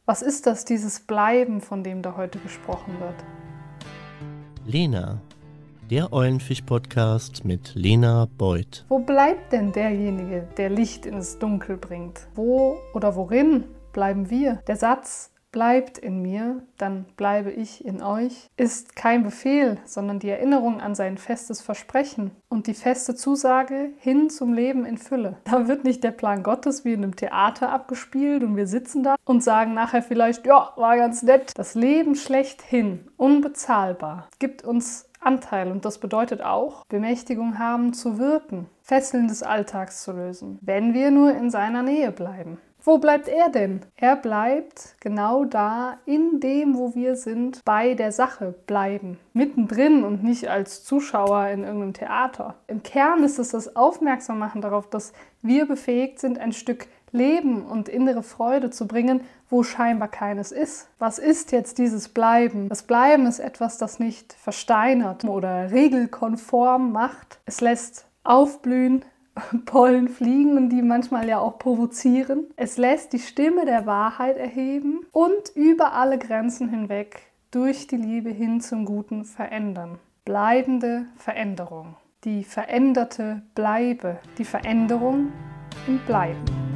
Was ist das, dieses Bleiben, von dem da heute gesprochen wird? Lena, der Eulenfisch-Podcast mit Lena Beuth. Wo bleibt denn derjenige, der Licht ins Dunkel bringt? Wo oder worin bleiben wir? Der Satz bleibt in mir, dann bleibe ich in euch, ist kein Befehl, sondern die Erinnerung an sein festes Versprechen und die feste Zusage hin zum Leben in Fülle. Da wird nicht der Plan Gottes wie in einem Theater abgespielt und wir sitzen da und sagen nachher vielleicht, ja, war ganz nett. Das Leben schlechthin, unbezahlbar, gibt uns Anteil und das bedeutet auch, Bemächtigung haben zu wirken, Fesseln des Alltags zu lösen, wenn wir nur in seiner Nähe bleiben. Wo bleibt er denn? Er bleibt genau da, in dem, wo wir sind, bei der Sache bleiben. Mittendrin und nicht als Zuschauer in irgendeinem Theater. Im Kern ist es das Aufmerksammachen darauf, dass wir befähigt sind, ein Stück Leben und innere Freude zu bringen, wo scheinbar keines ist. Was ist jetzt dieses Bleiben? Das Bleiben ist etwas, das nicht versteinert oder regelkonform macht. Es lässt aufblühen, Pollen fliegen und die manchmal ja auch provozieren. Es lässt die Stimme der Wahrheit erheben und über alle Grenzen hinweg durch die Liebe hin zum Guten verändern. Bleibende Veränderung. Die veränderte Bleibe. Die Veränderung im Bleiben.